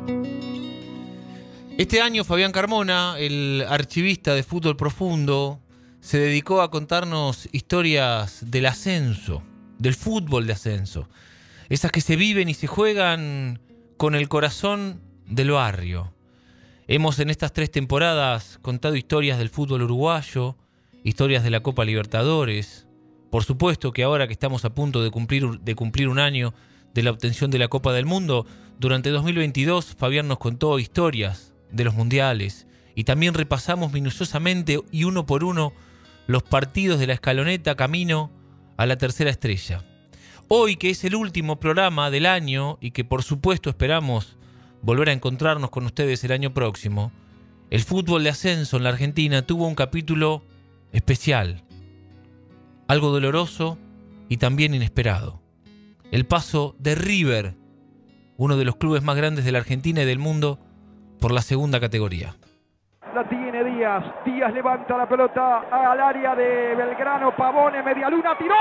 Este año Fabián Carmona, el archivista de Fútbol Profundo, se dedicó a contarnos historias del ascenso, del fútbol de ascenso. Esas que se viven y se juegan con el corazón del barrio. Hemos en estas 3 temporadas contado historias del fútbol uruguayo, historias de la Copa Libertadores. Por supuesto que ahora que estamos a punto de cumplir un año de la obtención de la Copa del Mundo, durante 2022 Fabián nos contó historias de los mundiales y también repasamos minuciosamente y uno por uno los partidos de la escaloneta camino a la tercera estrella. Hoy, que es el último programa del año y que por supuesto esperamos volver a encontrarnos con ustedes el año próximo, el fútbol de ascenso en la Argentina tuvo un capítulo especial, algo doloroso y también inesperado. El paso de River, uno de los clubes más grandes de la Argentina y del mundo, por la segunda categoría. La tiene Díaz. Díaz levanta la pelota al área de Belgrano. Pavone, media luna, tiró.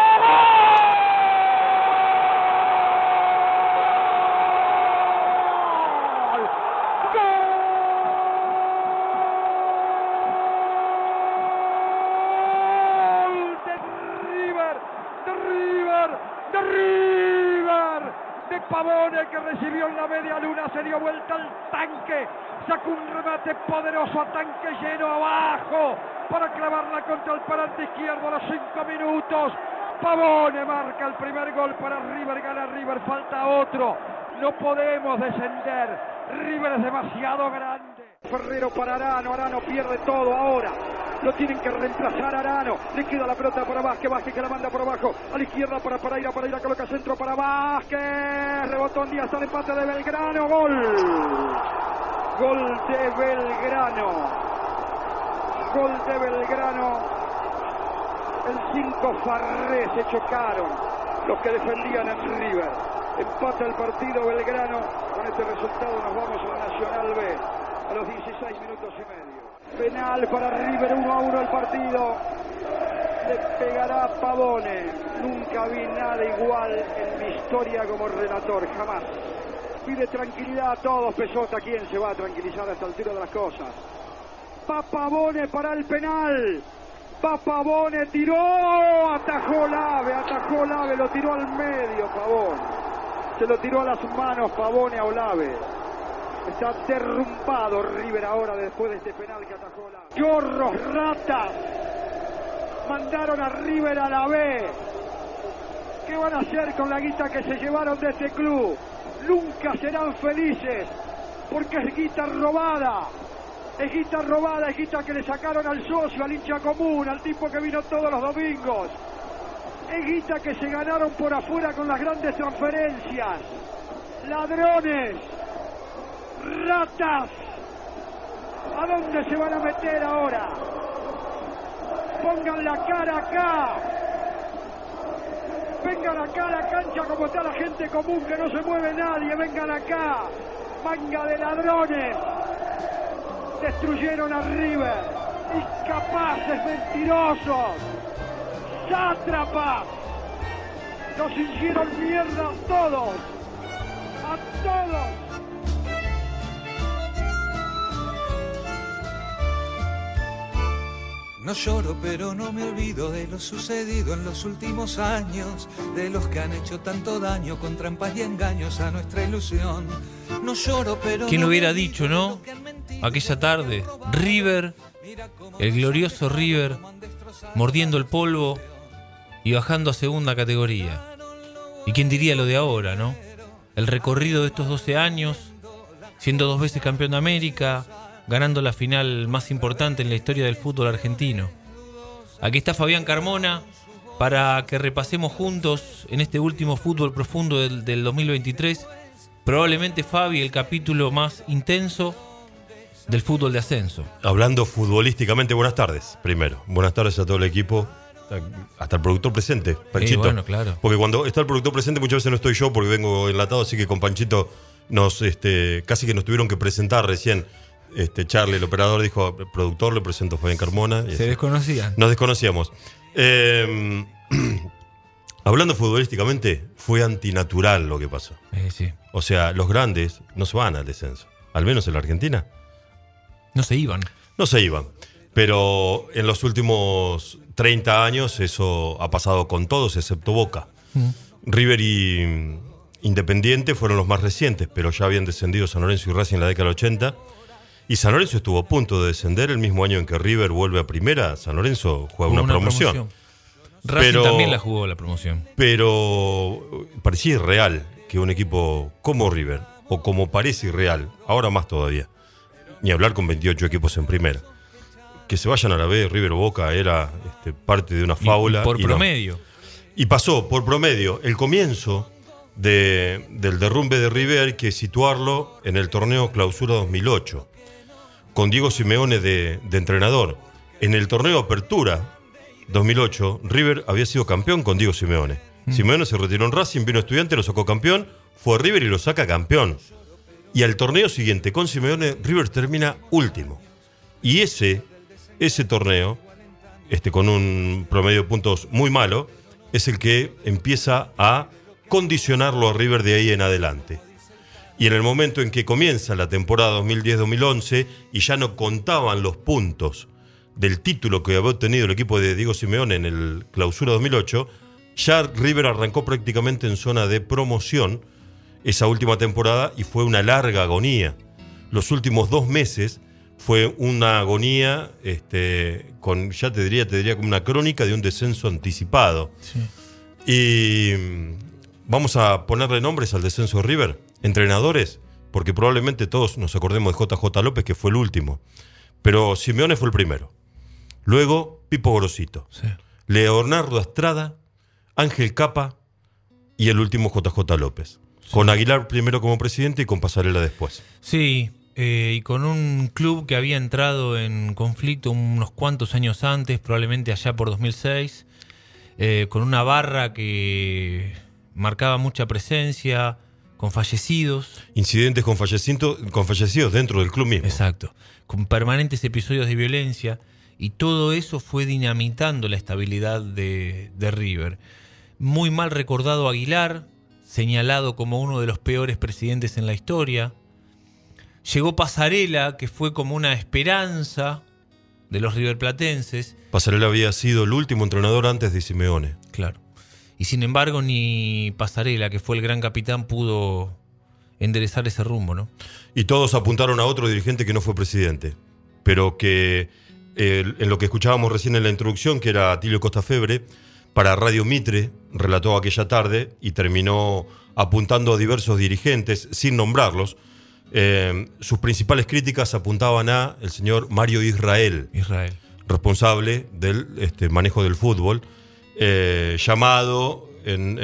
Pavone, que recibió en la media luna, se dio vuelta al tanque, sacó un remate poderoso a tanque lleno abajo para clavarla contra el parante izquierdo a los 5 minutos. Pavone marca el primer gol para River, gana River, falta otro, no podemos descender, River es demasiado grande. Ferrero para Arano, Arano pierde todo ahora. Lo tienen que reemplazar Arano. Le queda la pelota para Vázquez, que la manda por abajo. A la izquierda para Pereira coloca centro para Vázquez. Rebotó Díaz hasta el empate de Belgrano. Gol de Belgrano. Gol de Belgrano. El 5 Farré se chocaron los que defendían en River. Empata el partido Belgrano. Con este resultado nos vamos a la Nacional B a los 16 minutos y medio. Penal para River, 1-1 el partido. Le pegará Pavone. Nunca vi nada igual en mi historia como relator, jamás. Pide tranquilidad a todos, Pesota. ¿Quién se va a tranquilizar a esta altura de las cosas? Va Pavone para el penal. Va Pavone, tiró, atajó Olave, lo tiró al medio Pavone. Se lo tiró a las manos Pavone a Olave. Está derrumbado River ahora después de este penal que atajó Olave. Chorros, ratas, mandaron a River a la B. ¿Qué van a hacer con la guita que se llevaron de este club? Nunca serán felices, porque es guita robada. Es guita que le sacaron al socio, al hincha común, al tipo que vino todos los domingos. Es guita que se ganaron por afuera con las grandes transferencias. Ladrones, ratas, ¿a dónde se van a meter ahora? Pongan la cara acá. Vengan acá a la cancha como está la gente común, que no se mueve nadie. Vengan acá, manga de ladrones. Destruyeron a River, incapaces, mentirosos, sátrapas, nos hicieron mierda a todos, No lloro, pero no me olvido de lo sucedido en los últimos años, de los que han hecho tanto daño con trampas y engaños a nuestra ilusión. No lloro, pero ¿quién lo hubiera dicho, no? Aquella tarde, River, el glorioso River, mordiendo el polvo y bajando a segunda categoría. ¿Y quién diría lo de ahora, no? El recorrido de estos 12 años, siendo 2 veces campeón de América, ganando la final más importante en la historia del fútbol argentino. Aquí está Fabián Carmona para que repasemos juntos en este último Fútbol Profundo del 2023, probablemente, Fabi, el capítulo más intenso del fútbol de ascenso. Hablando futbolísticamente, buenas tardes, primero. Buenas tardes a todo el equipo, hasta el productor presente, Panchito. Bueno, claro. Porque cuando está el productor presente muchas veces no estoy yo porque vengo enlatado, así que con Panchito casi que nos tuvieron que presentar recién. Charlie, el operador, dijo: productor, le presento a Fabián Carmona. Se desconocían. Nos desconocíamos. Hablando futbolísticamente, fue antinatural lo que pasó. Sí. O sea, los grandes no se van al descenso. al menos en la Argentina. No se iban. No se iban. Pero en los últimos 30 años eso ha pasado con todos, excepto Boca. River y Independiente fueron los más recientes, pero ya habían descendido San Lorenzo y Racing en la década del 80. Y San Lorenzo estuvo a punto de descender el mismo año en que River vuelve a primera. San Lorenzo juega una promoción. Racing también la jugó la promoción. Pero parecía irreal que un equipo como River, o como parece irreal, ahora más todavía, ni hablar con 28 equipos en primera, que se vayan a la B, River o Boca, era parte de una fábula. Y por promedio. No. Y pasó por promedio el comienzo del derrumbe de River, hay que situarlo en el torneo Clausura 2008, con Diego Simeone de entrenador. En el torneo Apertura 2008, River había sido campeón con Diego Simeone. Simeone se retiró en Racing, vino Estudiante, lo sacó campeón, fue a River y lo saca campeón. Y al torneo siguiente, con Simeone, River termina último. Y ese torneo, con un promedio de puntos muy malo, es el que empieza a condicionarlo a River de ahí en adelante. Y en el momento en que comienza la temporada 2010-2011 y ya no contaban los puntos del título que había obtenido el equipo de Diego Simeone en el Clausura 2008, ya River arrancó prácticamente en zona de promoción esa última temporada y fue una larga agonía. Los últimos 2 meses fue una agonía con, ya te diría como una crónica de un descenso anticipado. Sí. Y vamos a ponerle nombres al descenso de River, entrenadores, porque probablemente todos nos acordemos de JJ López, que fue el último, pero Simeone fue el primero. Luego Pipo Gorosito, Sí. Leonardo Astrada, Ángel Capa y el último JJ López. Sí. Con Aguilar primero como presidente y con Pasarela después. Sí, y con un club que había entrado en conflicto unos cuantos años antes, probablemente allá por 2006, con una barra que marcaba mucha presencia, con fallecidos. Incidentes con fallecidos dentro del club mismo. Exacto, con permanentes episodios de violencia, y todo eso fue dinamitando la estabilidad de River. Muy mal recordado Aguilar, señalado como uno de los peores presidentes en la historia. Llegó Pasarela, que fue como una esperanza de los riverplatenses. Pasarela había sido el último entrenador antes de Simeone. Claro. Y sin embargo, ni Pasarela, que fue el gran capitán, pudo enderezar ese rumbo, ¿no? Y todos apuntaron a otro dirigente que no fue presidente, pero que en lo que escuchábamos recién en la introducción, que era Atilio Costafebre, para Radio Mitre relató aquella tarde y terminó apuntando a diversos dirigentes, sin nombrarlos. Sus principales críticas apuntaban a el señor Mario Israel. Responsable del manejo del fútbol, llamado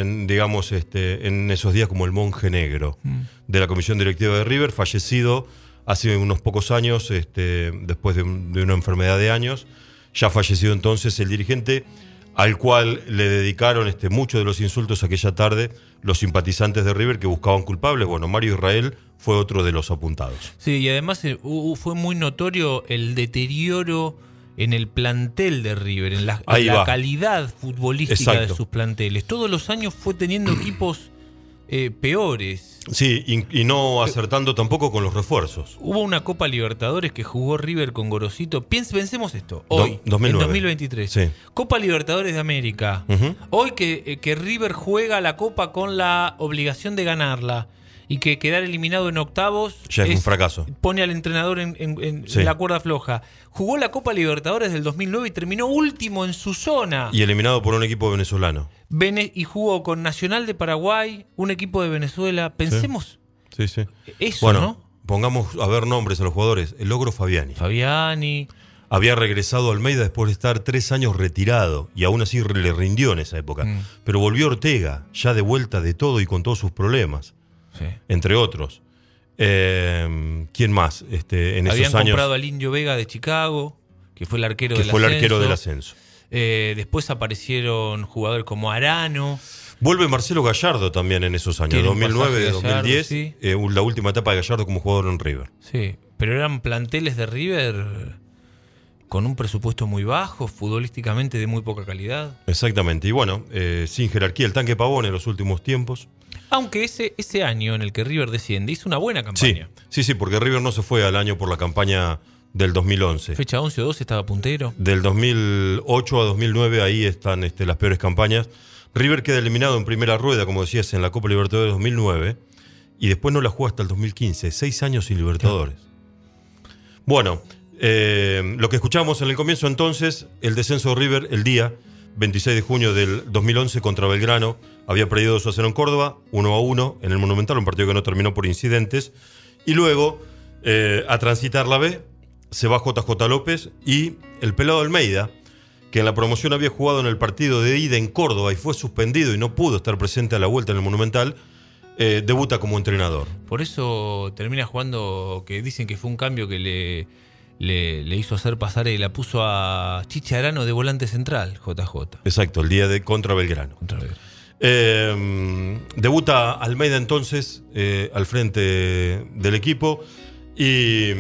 en esos días como el monje negro de la comisión directiva de River, fallecido hace unos pocos años, después de una enfermedad de años. Ya fallecido entonces el dirigente, al cual le dedicaron muchos de los insultos aquella tarde los simpatizantes de River que buscaban culpables. Bueno, Mario Israel fue otro de los apuntados. Sí, y además fue muy notorio el deterioro en el plantel de River, en la calidad futbolística. Exacto. De sus planteles. Todos los años fue teniendo equipos peores. Sí, y no acertando tampoco con los refuerzos. Hubo una Copa Libertadores que jugó River con Gorosito. Pensemos esto, hoy, 2009. En 2023. Sí. Copa Libertadores de América. Uh-huh. Hoy que River juega la Copa con la obligación de ganarla y que quedar eliminado en octavos ya es un fracaso. Pone al entrenador en la cuerda floja. Jugó la Copa Libertadores del 2009 y terminó último en su zona. Y eliminado por un equipo venezolano. Y jugó con Nacional de Paraguay, un equipo de Venezuela. Pensemos sí. Eso, bueno, ¿no? Pongamos a ver nombres a los jugadores. El Ogro Fabiani. Había regresado a Almeida después de estar 3 años retirado y aún así le rindió en esa época. Pero volvió Ortega, ya de vuelta de todo y con todos sus problemas. Sí. Entre otros. ¿Quién más en esos años? Habían comprado al Indio Vega de Chicago, que fue el arquero del ascenso. Después aparecieron jugadores como Arano. Vuelve Marcelo Gallardo también en esos años, 2009, 2010, sí. La última etapa de Gallardo como jugador en River. Sí, pero eran planteles de River con un presupuesto muy bajo, futbolísticamente de muy poca calidad. Exactamente, y bueno, sin jerarquía. El Tanque Pavón en los últimos tiempos. Aunque ese año en el que River desciende hizo una buena campaña. Sí, porque River no se fue al año por la campaña del 2011. Fecha 11 o 12 estaba puntero. Del 2008 a 2009 ahí están las peores campañas. River queda eliminado en primera rueda, como decías, en la Copa Libertadores 2009 y después no la juega hasta el 2015. 6 años sin Libertadores. Bueno, lo que escuchamos en el comienzo entonces, el descenso de River el día 26 de junio del 2011 contra Belgrano. Había perdido 2-0 en Córdoba, 1-1 en el Monumental, un partido que no terminó por incidentes. Y luego, a transitar la B, se va JJ López y el pelado Almeida, que en la promoción había jugado en el partido de ida en Córdoba y fue suspendido y no pudo estar presente a la vuelta en el Monumental, debuta como entrenador. Por eso termina jugando, que dicen que fue un cambio que le hizo hacer pasar y la puso a Chicharano de volante central, JJ. Exacto, el día de contra Belgrano. Debuta Almeida entonces al frente del equipo y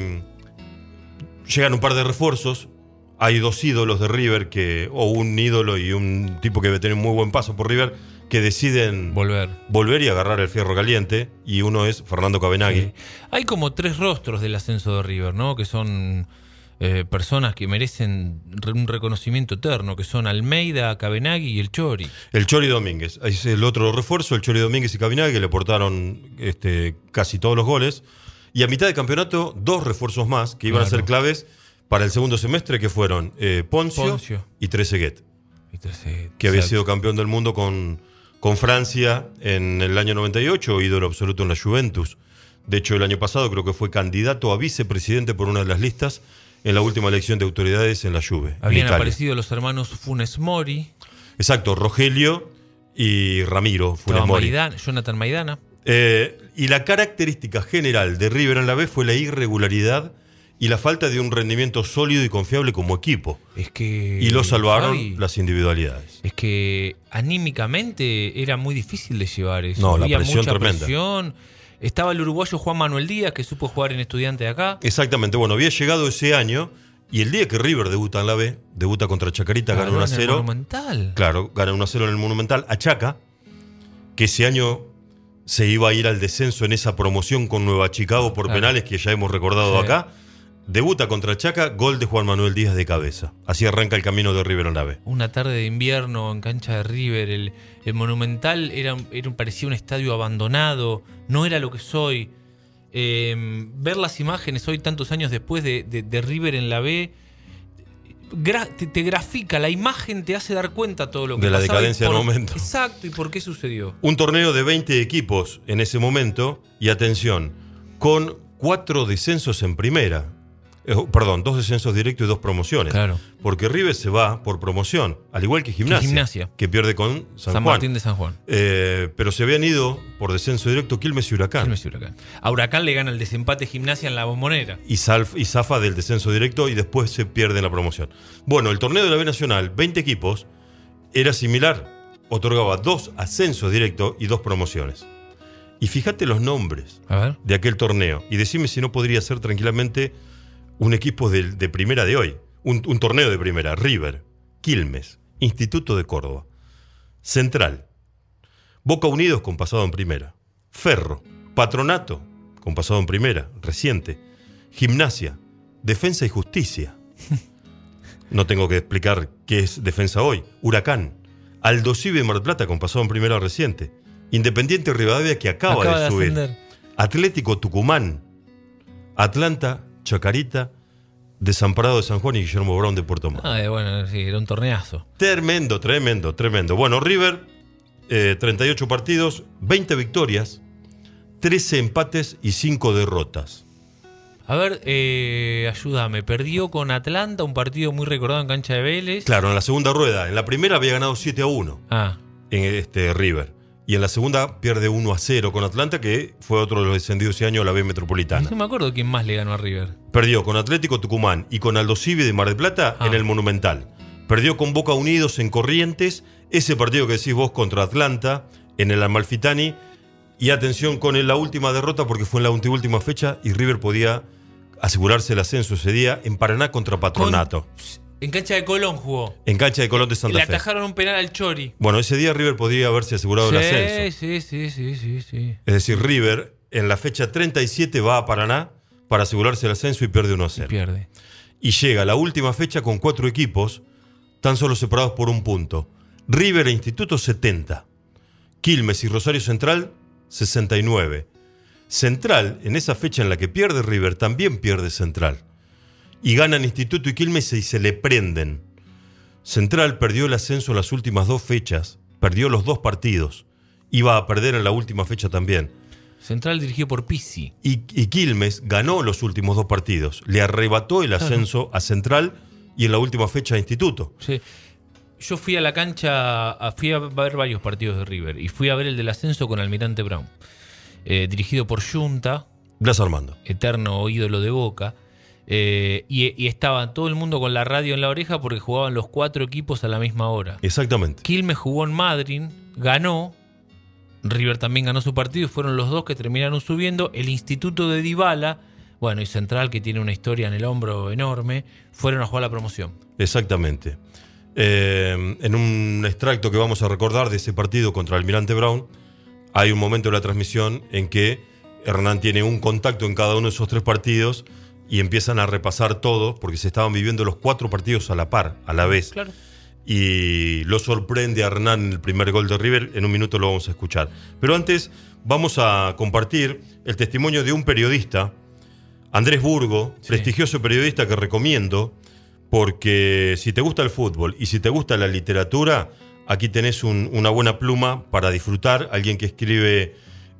llegan un par de refuerzos. Hay 2 ídolos de River, o un ídolo y un tipo que debe tener un muy buen paso por River, que deciden volver y agarrar el fierro caliente, y uno es Fernando Cabenagui. Sí. Hay como 3 rostros del ascenso de River, ¿no? Que son personas que merecen un reconocimiento eterno, que son Almeida, Cabenagui y el Chori. El Chori Domínguez, es el otro refuerzo, el Chori Domínguez y Cabenagui, que le aportaron casi todos los goles. Y a mitad de campeonato, 2 refuerzos más que iban a ser claves para el segundo semestre, que fueron Poncio y Trezeguet, que había sido campeón del mundo con Francia en el año 98, ídolo absoluto en la Juventus. De hecho, el año pasado creo que fue candidato a vicepresidente por una de las listas en la última elección de autoridades en la Juve. Habían aparecido los hermanos Funes Mori. Exacto, Rogelio y Ramiro Funes Mori. Jonathan Maidana. Y la característica general de River en la B fue la irregularidad y la falta de un rendimiento sólido y confiable como equipo. Y lo salvaron las individualidades. Es que anímicamente era muy difícil de llevar eso. No, había la presión mucha tremenda. Presión. Estaba el uruguayo Juan Manuel Díaz, que supo jugar en Estudiante de acá. Exactamente, bueno, había llegado ese año y el día que River debuta en la B, debuta contra Chacarita, gana 1-0. En el Monumental. Claro, gana 1-0 en el Monumental a Chaca, que ese año se iba a ir al descenso en esa promoción con Nueva Chicago por penales que ya hemos recordado acá. Debuta contra Chaca, gol de Juan Manuel Díaz de cabeza. Así arranca el camino de River en la B. Una tarde de invierno en cancha de River. El Monumental parecía un estadio abandonado. No era lo que soy. Ver las imágenes hoy, tantos años después de River en la B, te grafica. La imagen te hace dar cuenta todo lo que pasaba. De la decadencia del momento. Exacto, y por qué sucedió. Un torneo de 20 equipos en ese momento. Y atención, con 4 descensos en primera. 2 descensos directos y 2 promociones. Claro. Porque River se va por promoción, al igual que Gimnasia. Que pierde con San Martín de San Juan. Pero se habían ido por descenso directo Quilmes y Huracán. A Huracán le gana el desempate Gimnasia en la Bombonera. Y zafa del descenso directo y después se pierde en la promoción. Bueno, el torneo de la B Nacional, 20 equipos, era similar. Otorgaba 2 ascensos directos y 2 promociones. Y fíjate los nombres de aquel torneo. Y decime si no podría ser tranquilamente un equipo de primera de hoy. Un torneo de primera. River, Quilmes, Instituto de Córdoba, Central, Boca Unidos con pasado en primera, Ferro, Patronato con pasado en primera, reciente, Gimnasia, Defensa y Justicia. No tengo que explicar qué es Defensa hoy. Huracán, Aldosivi de Mar del Plata con pasado en primera, reciente, Independiente Rivadavia que acaba de subir, ascender. Atlético Tucumán, Atlanta, Chacarita, Desamparado de San Juan y Guillermo Brown de Puerto Montt. Bueno, sí, era un torneazo. Tremendo. Bueno, River, 38 partidos, 20 victorias, 13 empates y 5 derrotas. A ver, ayúdame. Perdió con Atlanta, un partido muy recordado en cancha de Vélez. Claro, en la segunda rueda. En la primera había ganado 7-1 en River. Y en la segunda pierde 1-0 con Atlanta, que fue otro de los descendidos ese año a la B Metropolitana. No me acuerdo quién más le ganó a River. Perdió con Atlético Tucumán y con Aldosivi de Mar del Plata en el Monumental. Perdió con Boca Unidos en Corrientes. Ese partido que decís vos contra Atlanta en el Amalfitani. Y atención con la última derrota, porque fue en la última fecha y River podía asegurarse el ascenso ese día en Paraná contra Patronato. En cancha de Colón jugó. En cancha de Colón de Santa Le Fe. atajaron un penal al Chori. Bueno, ese día River podría haberse asegurado el ascenso. Sí. Es decir, River en la fecha 37 va a Paraná para asegurarse el ascenso y pierde 1-0. Pierde. Y llega la última fecha con 4 equipos, tan solo separados por un punto. River e Instituto 70. Quilmes y Rosario Central 69. Central, en esa fecha en la que pierde River, también pierde Central. Y ganan Instituto y Quilmes y se le prenden. Central perdió el ascenso en las últimas 2 fechas, perdió los 2 partidos, iba a perder en la última fecha también. Central dirigido por Pizzi. Y Quilmes ganó los últimos 2 partidos, le arrebató el ascenso a Central y en la última fecha a Instituto. Sí. Yo fui a la cancha, fui a ver varios partidos de River y fui a ver el del ascenso con Almirante Brown, dirigido por Junta, Blas Armando. eterno ídolo de Boca. Y estaba todo el mundo con la radio en la oreja porque jugaban los 4 equipos a la misma hora. Exactamente. Quilmes jugó en Madrid, ganó. River también ganó su partido y fueron los 2 que terminaron subiendo. El Instituto de Dybala, bueno, y Central, que tiene una historia en el hombro enorme, fueron a jugar la promoción. Exactamente. En un extracto que vamos a recordar de ese partido contra Almirante Brown, hay un momento de la transmisión en que Hernán tiene un contacto en cada uno de esos 3 partidos y empiezan a repasar todo porque se estaban viviendo los 4 partidos a la par, a la vez. Claro. Y lo sorprende a Hernán en el primer gol de River. En un minuto lo vamos a escuchar. Pero antes vamos a compartir el testimonio de un periodista, Andrés Burgo, Sí. prestigioso periodista que recomiendo, porque si te gusta el fútbol y si te gusta la literatura, aquí tenés una buena pluma para disfrutar, alguien que escribe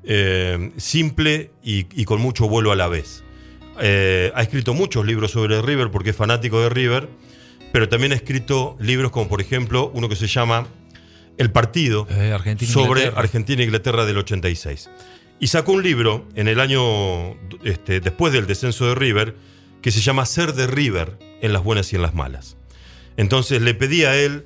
simple y con mucho vuelo a la vez. Ha escrito muchos libros sobre River porque es fanático de River, pero también ha escrito libros como, por ejemplo, uno que se llama El Partido, sobre Argentina e Inglaterra del 86. Y sacó un libro en el año después del descenso de River que se llama Ser de River en las buenas y en las malas. Entonces le pedí a él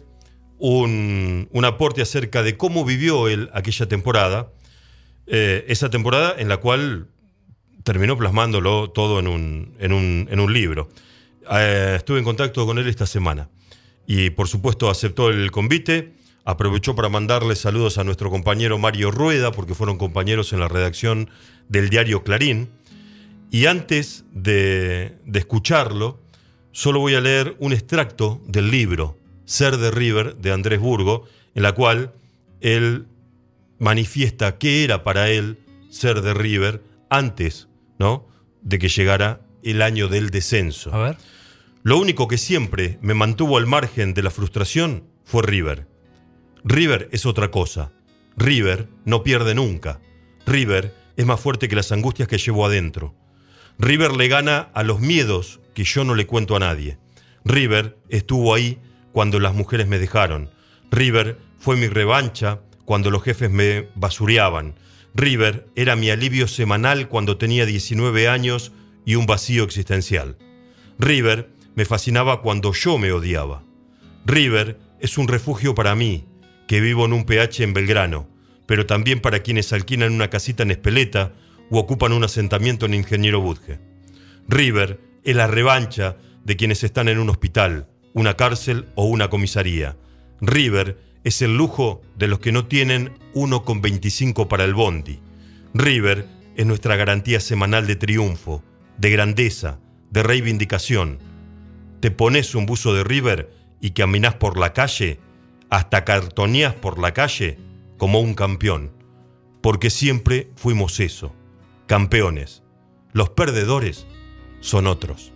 un aporte acerca de cómo vivió él aquella temporada, esa temporada en la cual terminó plasmándolo todo en un libro. Estuve en contacto con él esta semana y por supuesto aceptó el convite. Aprovechó para mandarle saludos a nuestro compañero Mario Rueda, porque fueron compañeros en la redacción del diario Clarín. Y antes de escucharlo, solo voy a leer un extracto del libro Ser de River, de Andrés Burgo, en la cual él manifiesta qué era para él ser de River antes, ¿no?, de que llegara el año del descenso. A ver. Lo único que siempre me mantuvo al margen de la frustración fue River. River es otra cosa. River no pierde nunca. River es más fuerte que las angustias que llevo adentro. River le gana a los miedos que yo no le cuento a nadie. River estuvo ahí cuando las mujeres me dejaron. River fue mi revancha cuando los jefes me basureaban. River era mi alivio semanal cuando tenía 19 años y un vacío existencial. River me fascinaba cuando yo me odiaba. River es un refugio para mí, que vivo en un PH en Belgrano, pero también para quienes alquilan una casita en Espeleta o ocupan un asentamiento en Ingeniero Budge. River es la revancha de quienes están en un hospital, una cárcel o una comisaría. River es el lujo de los que no tienen 1,25 para el bondi. River es nuestra garantía semanal de triunfo, de grandeza, de reivindicación. Te pones un buzo de River y caminás por la calle, hasta cartoneás por la calle como un campeón. Porque siempre fuimos eso, campeones. Los perdedores son otros.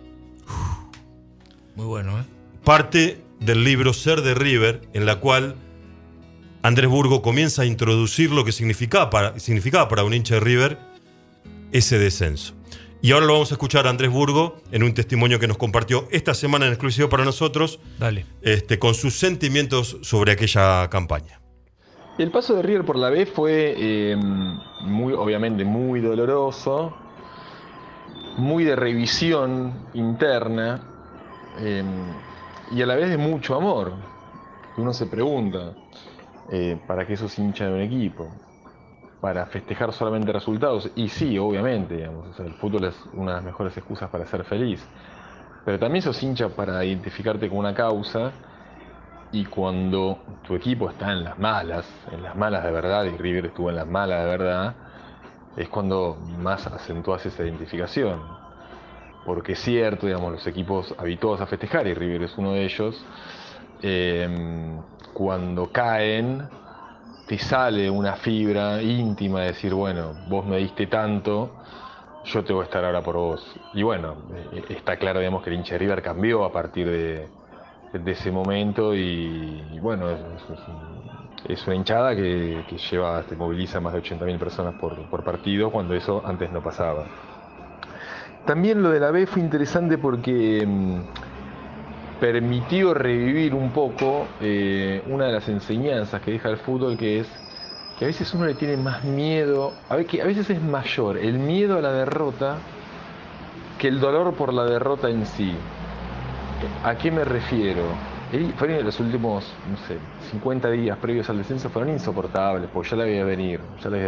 Muy bueno, ¿eh? Parte del libro Ser de River, en la cual Andrés Burgo comienza a introducir lo que significaba para un hincha de River ese descenso. Y ahora lo vamos a escuchar a Andrés Burgo en un testimonio que nos compartió esta semana en exclusivo para nosotros. Dale. Con sus sentimientos sobre aquella campaña. El paso de River por la B fue obviamente muy doloroso, muy de revisión interna y a la vez de mucho amor. Uno se pregunta, ¿para qué sos hincha de un equipo? ¿Para festejar solamente resultados? Y sí, obviamente, digamos, o sea, el fútbol es una de las mejores excusas para ser feliz. pero también sos hincha para identificarte con una causa, y cuando tu equipo está en las malas de verdad, y River estuvo en las malas de verdad, es cuando más acentuás esa identificación. Porque es cierto, digamos, los equipos habituados a festejar, y River es uno de ellos, cuando caen, te sale una fibra íntima de decir, bueno, vos me diste tanto, yo tengo que estar ahora por vos. Y bueno, está claro, digamos, que el hincha de River cambió a partir de ese momento, y bueno, es una hinchada que moviliza más de 80.000 personas por partido, cuando eso antes no pasaba. También lo de la B fue interesante porque permitió revivir un poco una de las enseñanzas que deja el fútbol, que es que a veces uno le tiene más miedo, que a veces es mayor el miedo a la derrota que el dolor por la derrota en sí. ¿A qué me refiero? Fueron los últimos, 50 días previos al descenso fueron insoportables, porque ya la veía venir.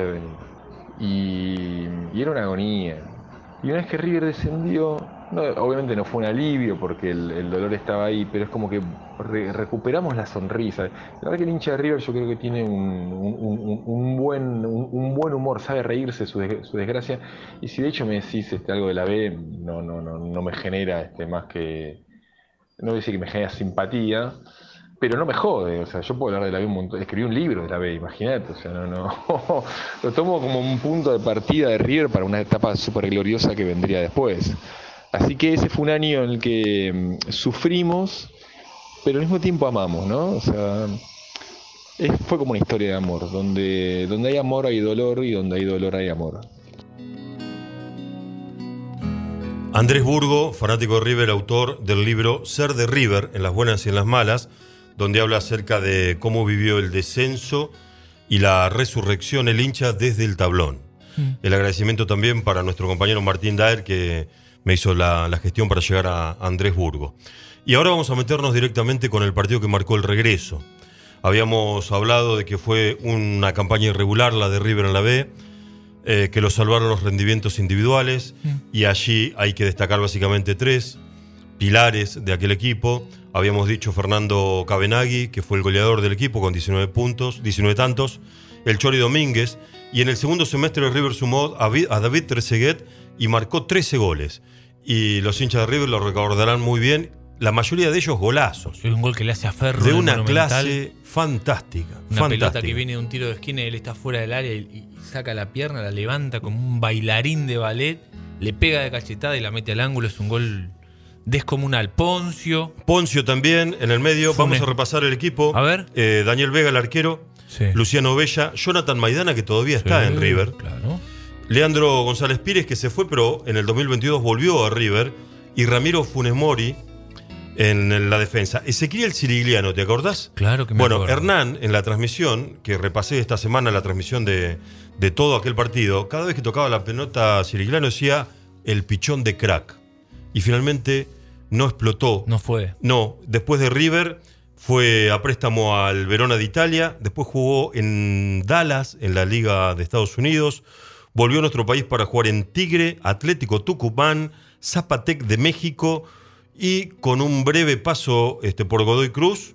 Y era una agonía. Y una vez que River descendió, obviamente no fue un alivio porque el dolor estaba ahí, pero es como que recuperamos la sonrisa. La verdad que el hincha de River yo creo que tiene un buen humor, sabe reírse su desgracia. Y si de hecho me decís algo de la B, no me genera más que... No voy a decir que me genera simpatía, pero no me jode. O sea, yo puedo hablar de la B un montón. Escribí un libro de la B, imagínate. O sea, lo tomo como un punto de partida de River para una etapa súper gloriosa que vendría después. Así que ese fue un año en el que sufrimos, pero al mismo tiempo amamos, ¿no? O sea, fue como una historia de amor. Donde hay amor hay dolor, y donde hay dolor hay amor. Andrés Burgo, fanático de River, autor del libro Ser de River, en las buenas y en las malas, donde habla acerca de cómo vivió el descenso y la resurrección el hincha desde el tablón. El agradecimiento también para nuestro compañero Martín Daer, que me hizo la gestión para llegar a Andrés Burgo. Y ahora vamos a meternos directamente con el partido que marcó el regreso. Habíamos hablado de que fue una campaña irregular la de River en la B, que lo salvaron los rendimientos individuales, y allí hay que destacar básicamente 3 pilares de aquel equipo. Habíamos dicho Fernando Cabenagui, que fue el goleador del equipo con 19 tantos, el Chori Domínguez, y en el segundo semestre River sumó a David Trezeguet y marcó 13 goles. Y los hinchas de River lo recordarán muy bien, la mayoría de ellos golazos. Es un gol que le hace a Ferro de una clase fantástica. Una pelota que viene de un tiro de esquina y él está fuera del área y saca la pierna, la levanta como un bailarín de ballet, le pega de cachetada y la mete al ángulo. Es un gol descomunal. Poncio también en el medio. Vamos a repasar el equipo. A ver. Daniel Vega, el arquero. Sí. Luciano Bella, Jonathan Maidana, que todavía está en River. Claro. Leandro González Pires, que se fue, pero en el 2022 volvió a River. Y Ramiro Funes Mori en la defensa. Ezequiel Sirigliano, ¿te acordás? Claro que me acuerdo. Hernán, en la transmisión, que repasé esta semana, la transmisión de todo aquel partido, cada vez que tocaba la pelota Sirigliano decía el pichón de crack. Y finalmente no explotó. No fue. No, después de River fue a préstamo al Verona de Italia, después jugó en Dallas, en la Liga de Estados Unidos, volvió a nuestro país para jugar en Tigre, Atlético Tucumán, Zapatec de México, y con un breve paso por Godoy Cruz,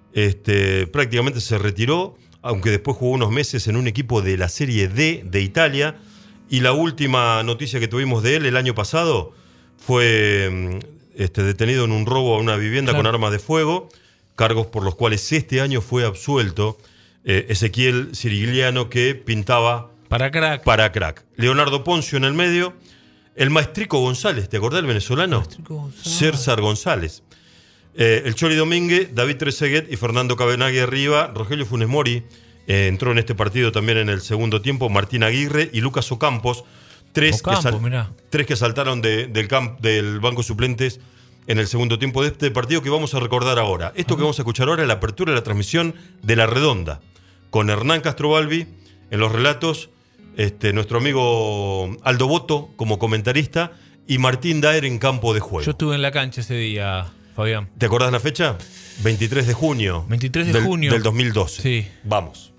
prácticamente se retiró, aunque después jugó unos meses en un equipo de la Serie D de Italia. Y la última noticia que tuvimos de él el año pasado fue detenido en un robo a una vivienda con armas de fuego, cargos por los cuales este año fue absuelto Ezequiel Sirigliano, que pintaba para crack. Leonardo Poncio en el medio. El Maestrico González, ¿te acordás del venezolano? César González. El Chori Domínguez, David Trezeguet y Fernando Cabenagui arriba. Rogelio Funes Mori entró en este partido también en el segundo tiempo. Martín Aguirre y Lucas Ocampos. Tres que saltaron del banco suplentes en el segundo tiempo de este partido que vamos a recordar ahora. Esto que vamos a escuchar ahora es la apertura de la transmisión de La Redonda, con Hernán Castrobalbi en los relatos, nuestro amigo Aldo Boto como comentarista y Martín Daer en campo de juego. Yo estuve en la cancha ese día, Fabián. ¿Te acordás la fecha? 23 de junio. 23 de junio. Del 2012. Sí. Vamos.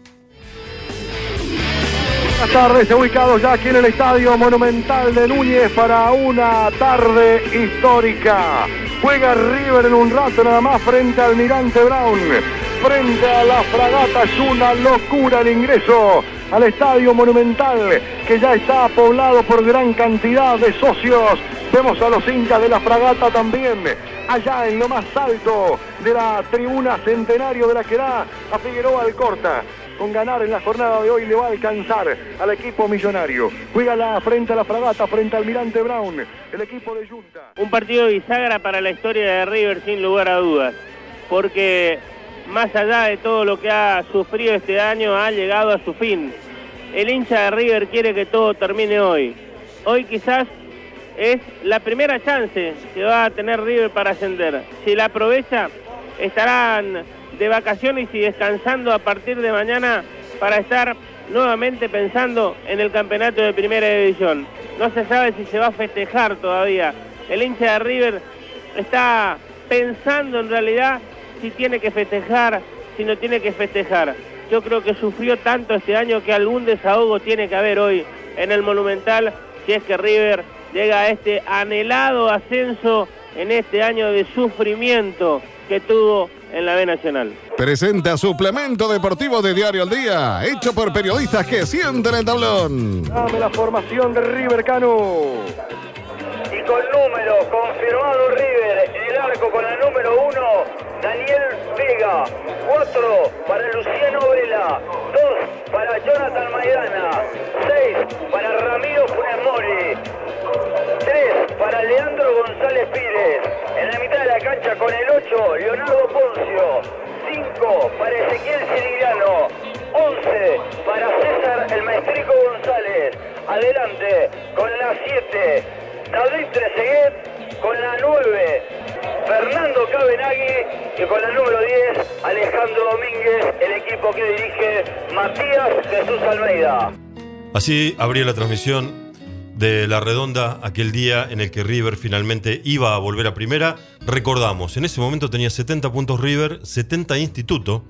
Buenas tardes, ubicados ya aquí en el Estadio Monumental de Núñez para una tarde histórica. Juega River en un rato nada más frente al Almirante Brown. Frente a la Fragata es una locura el ingreso al Estadio Monumental, que ya está poblado por gran cantidad de socios. Vemos a los hinchas de la Fragata también, allá en lo más alto de la tribuna Centenario de la que da a Figueroa Alcorta. Con ganar en la jornada de hoy le va a alcanzar al equipo millonario. Juega frente a la Fragata, frente al Almirante Brown, el equipo de Junta. Un partido bisagra para la historia de River sin lugar a dudas, porque más allá de todo lo que ha sufrido este año, ha llegado a su fin. El hincha de River quiere que todo termine hoy. Hoy quizás es la primera chance que va a tener River para ascender. Si la aprovecha, estarán de vacaciones y descansando a partir de mañana para estar nuevamente pensando en el campeonato de primera división. No se sabe si se va a festejar todavía. El hincha de River está pensando en realidad si tiene que festejar, si no tiene que festejar. Yo creo que sufrió tanto este año que algún desahogo tiene que haber hoy en el Monumental, si es que River llega a este anhelado ascenso en este año de sufrimiento que tuvo en la B Nacional. Presenta suplemento deportivo de Diario al Día, hecho por periodistas que sienten el tablón. Dame la formación de River, Cano. Y con número confirmado River en el arco con el número 1, Daniel Vega. 4 para Luciano Vela. 2 para Jonathan Maidana. 6 para Ramiro Funes Mori. 3 para Leandro González Pires. En la mitad de la cancha con el 8, Leonardo Poncio. 5 para Ezequiel Sirigliano. 11 para César el Maestrico González. Adelante con la 7, David Trezeguet. Con la 9, Fernando Cabenagui. Y con la número 10, Alejandro Domínguez, el equipo que dirige Matías Jesús Almeida. Así abría la transmisión de La Redonda aquel día en el que River finalmente iba a volver a primera. Recordamos, en ese momento tenía 70 puntos River, 70 Instituto,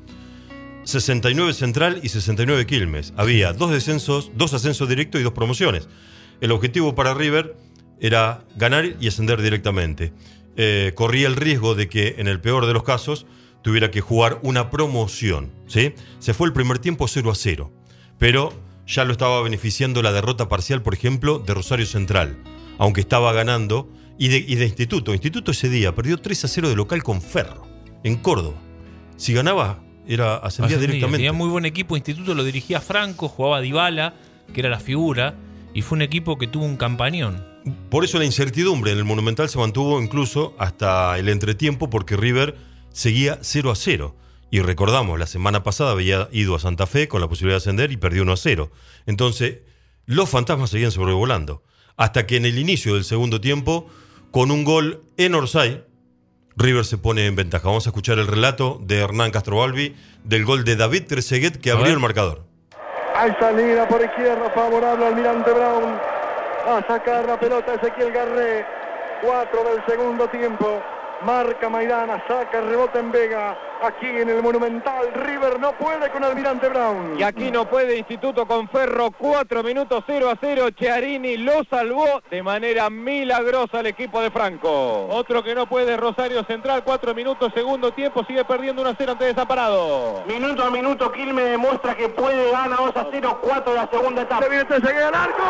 69 Central y 69 Quilmes. Había 2 ascensos directos y 2 promociones. El objetivo para River era ganar y ascender directamente. Corría el riesgo de que, en el peor de los casos, tuviera que jugar una promoción, ¿sí? Se fue el primer tiempo 0-0, pero ya lo estaba beneficiando la derrota parcial, por ejemplo, de Rosario Central, aunque estaba ganando, y de Instituto. Instituto ese día perdió 3-0 de local con Ferro, en Córdoba. Si ganaba, ascendía directamente. Tenía muy buen equipo. Instituto lo dirigía Franco, jugaba Dybala, que era la figura, y fue un equipo que tuvo un campañón. Por eso la incertidumbre en el Monumental se mantuvo incluso hasta el entretiempo, porque River seguía 0-0. Y recordamos, la semana pasada había ido a Santa Fe con la posibilidad de ascender y perdió 1-0. Entonces, los fantasmas seguían sobrevolando. Hasta que en el inicio del segundo tiempo, con un gol en Orsay, River se pone en ventaja. Vamos a escuchar el relato de Hernán Castrobalbi del gol de David Trezeguet que abrió el marcador. Hay salida por izquierda favorable al Almirante Brown. A sacar la pelota Ezequiel Garré. 4 del segundo tiempo. Marca Maidana, saca, rebota en Vega. Aquí en el Monumental, River no puede con Almirante Brown. Y aquí no puede Instituto con Ferro. 4 minutos 0-0. Chiarini lo salvó de manera milagrosa el equipo de Franco. Otro que no puede, Rosario Central. 4 minutos, segundo tiempo. Sigue perdiendo 1-0 ante Desamparado. Minuto a minuto, Quilmes demuestra que puede ganar 2-0, 4 de la segunda etapa. Se viene Trezeguet al arco.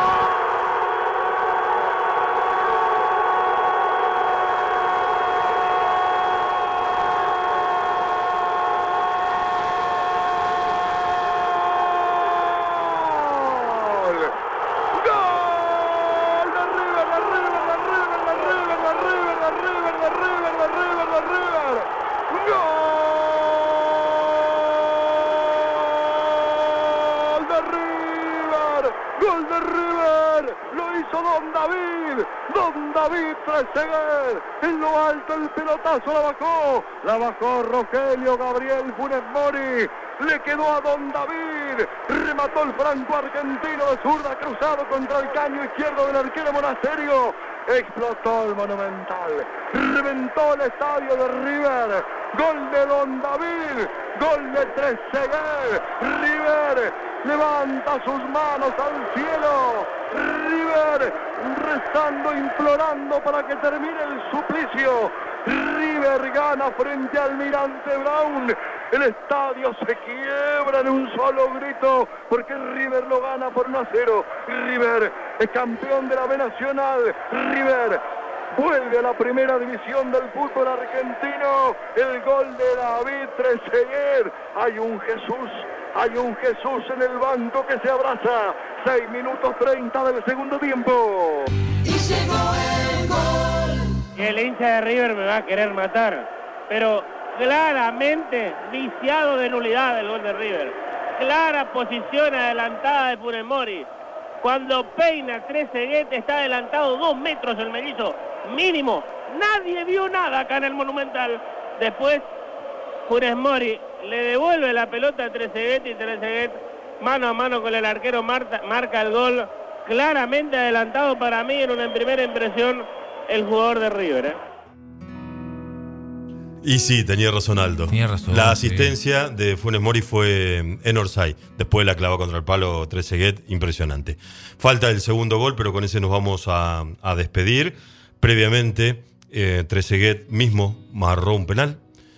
Gol de River, lo hizo Don David Trezeguet, en lo alto el pelotazo la bajó Rogelio Gabriel Funes Mori, le quedó a Don David, remató el franco argentino de zurda cruzado contra el caño izquierdo del arquero Monasterio, explotó el Monumental, reventó el estadio de River, gol de Don David, gol de Trezeguet, River levanta sus manos al cielo, River rezando, implorando para que termine el suplicio River gana frente al Almirante Brown. El estadio se quiebra en un solo grito porque River lo gana por 1-0. River es campeón de la B Nacional. River vuelve a la primera división del fútbol argentino. El gol de David Trezeguet. Hay un Jesús en el banco que se abraza. 6 minutos 30 del segundo tiempo. Y llegó el gol. El hincha de River me va a querer matar, pero claramente viciado de nulidad el gol de River. Clara posición adelantada de Funes Mori. Cuando peina Trezeguet está adelantado 2 metros el mellizo, mínimo. Nadie vio nada acá en el Monumental. Después Funes Mori le devuelve la pelota a Trezeguet y Trezeguet mano a mano con el arquero marca el gol. Claramente adelantado para mí en primera impresión el jugador de River. Y sí, tenía razón Aldo. Tenía razón, la asistencia de Funes Mori fue en Orsay. Después la clavó contra el palo Trezeguet, impresionante. Falta el segundo gol, pero con ese nos vamos a despedir. Previamente, Trezeguet mismo marró un penal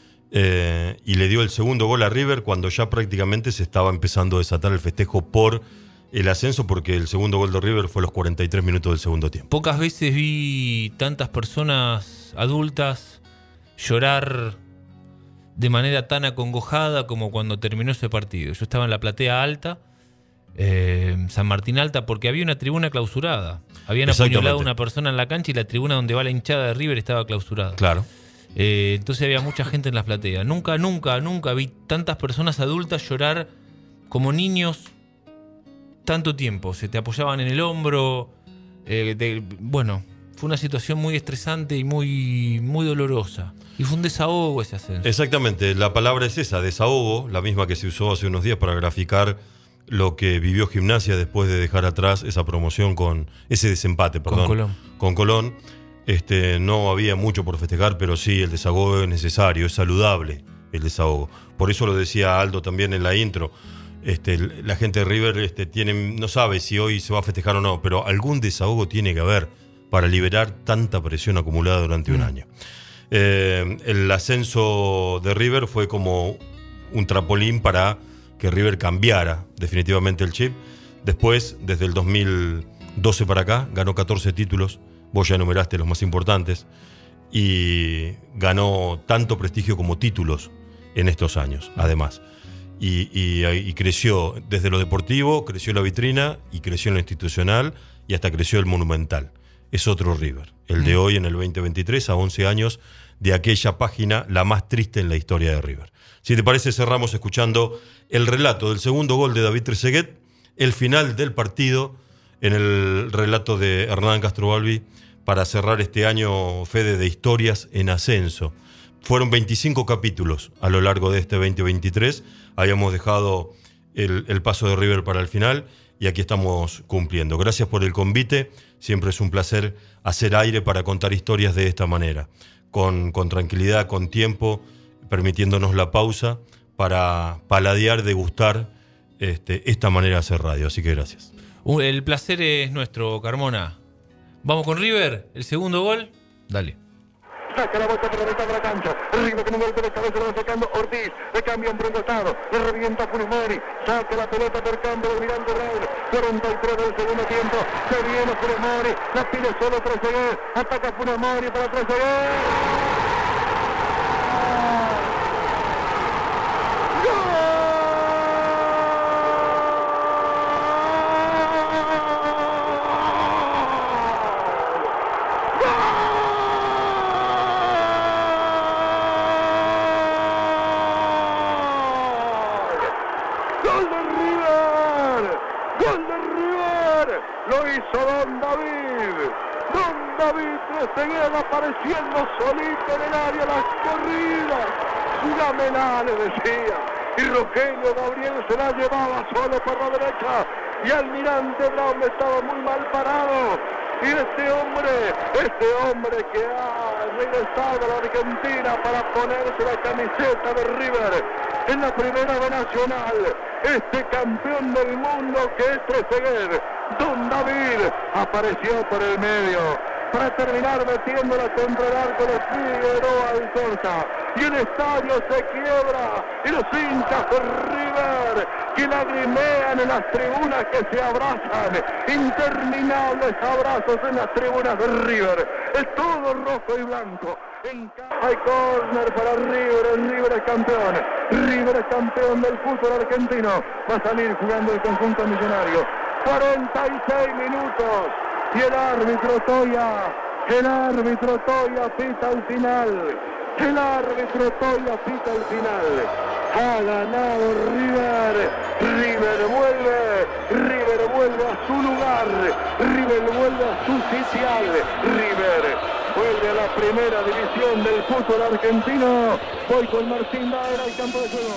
y le dio el segundo gol a River cuando ya prácticamente se estaba empezando a desatar el festejo por el ascenso, porque el segundo gol de River fue a los 43 minutos del segundo tiempo. Pocas veces vi tantas personas adultas llorar de manera tan acongojada como cuando terminó ese partido. Yo estaba en la platea alta, San Martín Alta, porque había una tribuna clausurada. Habían apuñalado a una persona en la cancha y la tribuna donde va la hinchada de River estaba clausurada. Claro. Entonces había mucha gente en la platea. Nunca vi tantas personas adultas llorar como niños tanto tiempo. Se te apoyaban en el hombro. Bueno, fue una situación muy estresante y muy dolorosa. Y fue un desahogo ese ascenso. Exactamente, la palabra es esa, desahogo, la misma que se usó hace unos días para graficar lo que vivió Gimnasia después de dejar atrás esa promoción con ese desempate, con Colón. No había mucho por festejar, pero sí, el desahogo es necesario, es saludable el desahogo. Por eso lo decía Aldo también en la intro. La gente de River no sabe si hoy se va a festejar o no, pero algún desahogo tiene que haber para liberar tanta presión acumulada durante un año. El ascenso de River fue como un trampolín para que River cambiara definitivamente el chip. Después, desde el 2012 para acá, ganó 14 títulos. Vos ya enumeraste los más importantes. Y ganó tanto prestigio como títulos en estos años, además. Y creció desde lo deportivo, creció la vitrina y creció en lo institucional y hasta creció el Monumental. Es otro River, el de hoy en el 2023, a 11 años de aquella página, la más triste en la historia de River. Si te parece, cerramos escuchando el relato del segundo gol de David Trezeguet, el final del partido en el relato de Hernán Castrobalbi, para cerrar este año, Fede, de historias en ascenso. Fueron 25 capítulos a lo largo de este 2023. Habíamos dejado el paso de River para el final y aquí estamos cumpliendo. Gracias por el convite. Siempre es un placer hacer aire para contar historias de esta manera, con tranquilidad, con tiempo, permitiéndonos la pausa para paladear, degustar esta manera de hacer radio. Así que gracias. El placer es nuestro, Carmona. Vamos con River, el segundo gol. Dale. Saca la vuelta por la mitad de la cancha. River con un golpe de cabeza lo va sacando Ortiz. Le cambia un buen costado. Le revienta Funes Mori. Saca la pelota por cambio del Almirante Brown. 43 del segundo tiempo. Se viene Funes Mori. La pide solo Trezeguet. Ataca Funes Mori para Trezeguet. Trezeguet apareciendo solito en el área, las corridas, Gamela le decía, y Rogelio Gabriel se la llevaba solo por la derecha, y Almirante Brown estaba muy mal parado, y este hombre que ha regresado a la Argentina para ponerse la camiseta de River en la primera B Nacional, este campeón del mundo que es Trezeguet, Don David, apareció por el medio. para terminar metiéndola contra el arco de Figueroa Alcorta. Y el estadio se quiebra, y los hinchas de River que lagrimean en las tribunas, que se abrazan, interminables abrazos en las tribunas de River. Es todo rojo y blanco. Hay córner para River, el River es campeón. River es campeón del fútbol argentino. Va a salir jugando el conjunto millonario. 46 minutos y el árbitro Toya pita al final. El árbitro Toya pita al final. Ha ganado River. River vuelve a su lugar. River vuelve a su sitial. River vuelve a la primera división del fútbol argentino. Voy con Martín Daera al campo de juego.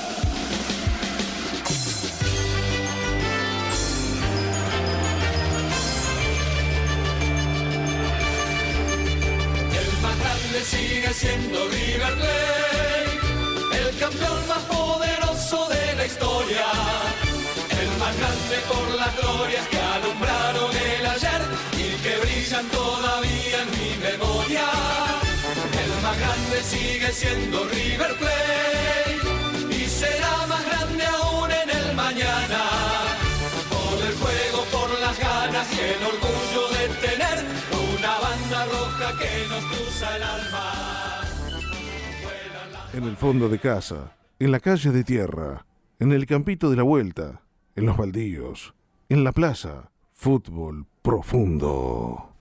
Sigue siendo River Plate, el campeón más poderoso de la historia, el más grande por las glorias que alumbraron el ayer y que brillan todavía en mi memoria. El más grande sigue siendo River Plate y será más grande aún en el mañana, por el juego, por las ganas y el orgullo de tener una banda roja que nos cruza el alma. En el fondo de casa, en la calle de tierra, en el campito de la vuelta, en los baldíos, en la plaza, fútbol profundo.